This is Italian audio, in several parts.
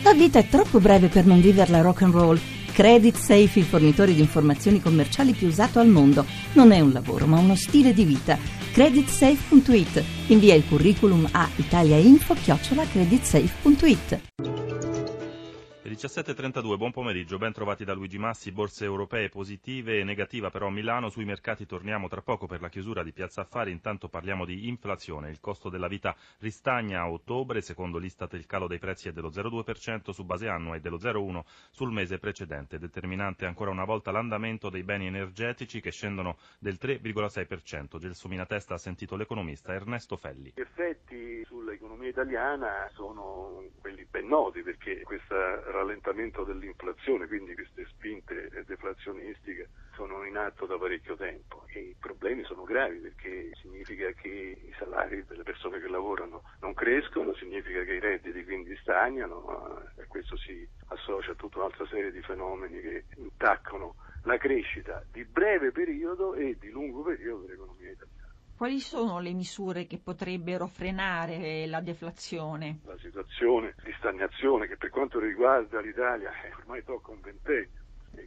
La vita è troppo breve per non viverla rock and roll. Credit Safe, il fornitore di informazioni commerciali più usato al mondo. Non è un lavoro, ma uno stile di vita. Creditsafe.it. Invia il curriculum a italiainfo@creditsafe.it. 17.32, buon pomeriggio, ben trovati da Luigi Massi, borse europee positive e negativa però a Milano, sui mercati torniamo tra poco per la chiusura di Piazza Affari, intanto parliamo di inflazione, il costo della vita ristagna a ottobre, secondo l'Istat il calo dei prezzi è dello 0,2% su base annua e dello 0,1% sul mese precedente, determinante ancora una volta l'andamento dei beni energetici che scendono del 3,6%, Gelsomina Testa ha sentito l'economista Ernesto Felli. Gli effetti sull'economia italiana sono quelli ben noti perché questa rallentamento dell'inflazione, quindi queste spinte deflazionistiche sono in atto da parecchio tempo e i problemi sono gravi perché significa che i salari delle persone che lavorano non crescono, significa che i redditi quindi stagnano e questo si associa a tutta un'altra serie di fenomeni che intaccano la crescita di breve periodo e di lungo periodo dell'economia italiana. Quali sono le misure che potrebbero frenare la deflazione? La situazione di stagnazione che per quanto riguarda l'Italia ormai tocca un ventennio e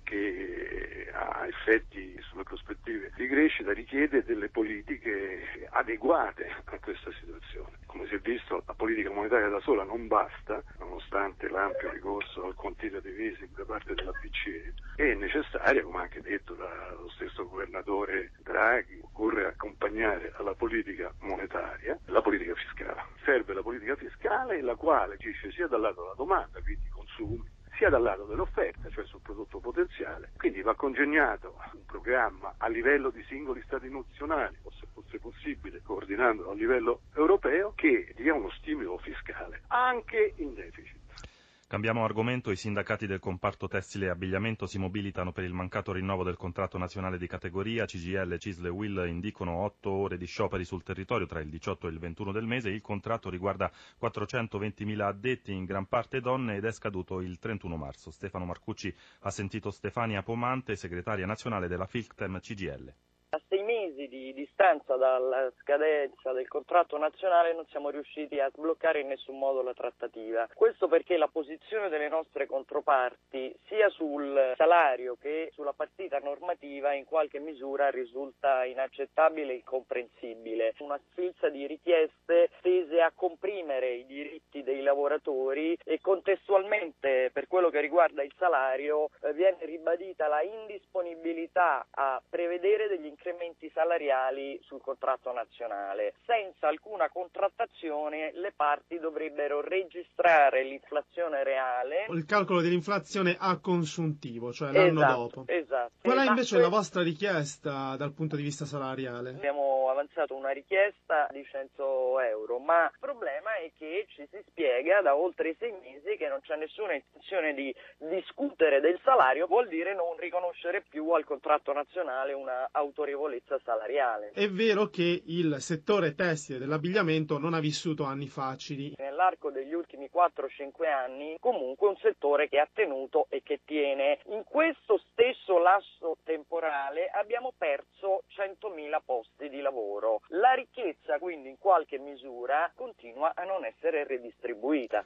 che ha effetti sulle prospettive di crescita richiede delle politiche adeguate a questa situazione. Come si è visto, la politica monetaria da sola non basta, nonostante l'ampio ricorso al quantitative easing da parte della BCE, è necessaria, come anche detto dallo stesso governatore Draghi, occorre accompagnare alla politica monetaria la politica fiscale. Serve la politica fiscale la quale agisce sia dal lato della domanda, quindi consumi, sia dal lato dell'offerta, cioè sul prodotto potenziale. Quindi va congegnato un programma a livello di singoli stati nazionali, o se fosse possibile coordinando a livello europeo, che dia uno stimolo fiscale anche in deficit. Cambiamo argomento, i sindacati del comparto tessile e abbigliamento si mobilitano per il mancato rinnovo del contratto nazionale di categoria, CGIL, CISL e UIL indicano 8 ore di scioperi sul territorio tra il 18 e il 21 del mese, il contratto riguarda 420.000 addetti, in gran parte donne ed è scaduto il 31 marzo. Stefano Marcucci ha sentito Stefania Pomante, segretaria nazionale della Filctem CGIL. A 6 mesi di distanza dalla scadenza del contratto nazionale non siamo riusciti a sbloccare in nessun modo la trattativa. Questo perché la posizione delle nostre controparti sia sul salario che sulla partita normativa in qualche misura risulta inaccettabile e incomprensibile. Una sfilza di richieste tese a comprimere i diritti dei lavoratori e contestualmente per quello che riguarda il salario viene ribadita la indisponibilità a prevedere degli incrementi salariali sul contratto nazionale. Senza alcuna contrattazione le parti dovrebbero registrare l'inflazione reale. Il calcolo dell'inflazione a consuntivo, cioè l'anno dopo. Esatto. Qual è invece la vostra richiesta dal punto di vista salariale? Abbiamo avanzato una richiesta di 100 euro, ma il problema è che ci si spiega da oltre 6 mesi che non c'è nessuna intenzione di discutere del salario, vuol dire non riconoscere più al contratto nazionale una autorevolezza salariale. È vero che il settore tessile dell'abbigliamento non ha vissuto anni facili. Nell'arco degli ultimi 4-5 anni comunque un settore che ha tenuto e che tiene. In questo stesso lasso temporale abbiamo perso 100.000 posti di lavoro. La ricchezza quindi in qualche misura continua a non essere redistribuita.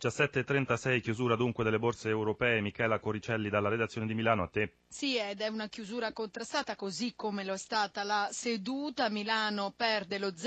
17.36, chiusura dunque delle borse europee. Michela Coricelli dalla redazione di Milano, a te. Sì, ed è una chiusura contrastata così come lo è stata la seduta. Milano perde lo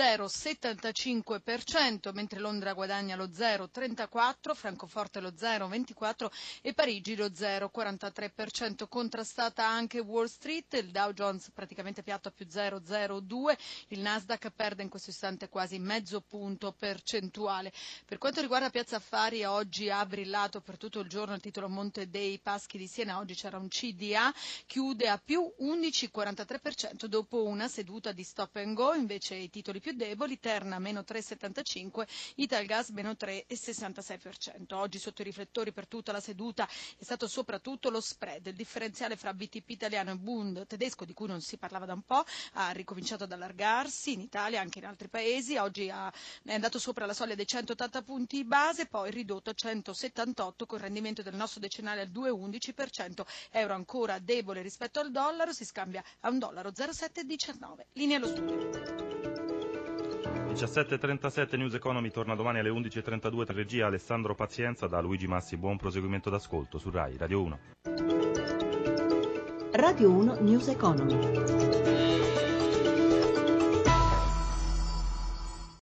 0,75%, mentre Londra guadagna lo 0,34%, Francoforte lo 0,24% e Parigi lo 0,43%. Contrastata anche Wall Street, il Dow Jones praticamente piatto a più 0,02%, il Nasdaq perde in questo istante quasi mezzo punto percentuale. Per quanto riguarda Piazza Affari, oggi ha brillato per tutto il giorno il titolo Monte dei Paschi di Siena, oggi c'era un CDA, chiude a più 11,43% dopo una seduta di stop and go, invece i titoli più deboli, Terna meno 3,75%, Italgas meno 3,66%. Oggi sotto i riflettori per tutta la seduta è stato soprattutto lo spread, il differenziale fra BTP italiano e Bund tedesco di cui non si parlava da un po', ha ricominciato ad allargarsi in Italia, anche in altri paesi, oggi è andato sopra la soglia dei 180 punti base, poi ridotto a 178 con il rendimento del nostro decennale al 2,11%, euro ancora debole rispetto al dollaro, si scambia a $1,0719. Linea allo studio. 17.37 News Economy torna domani alle 11.32, regia Alessandro Pazienza, da Luigi Massi. Buon proseguimento d'ascolto su Rai Radio 1. Radio 1 News Economy.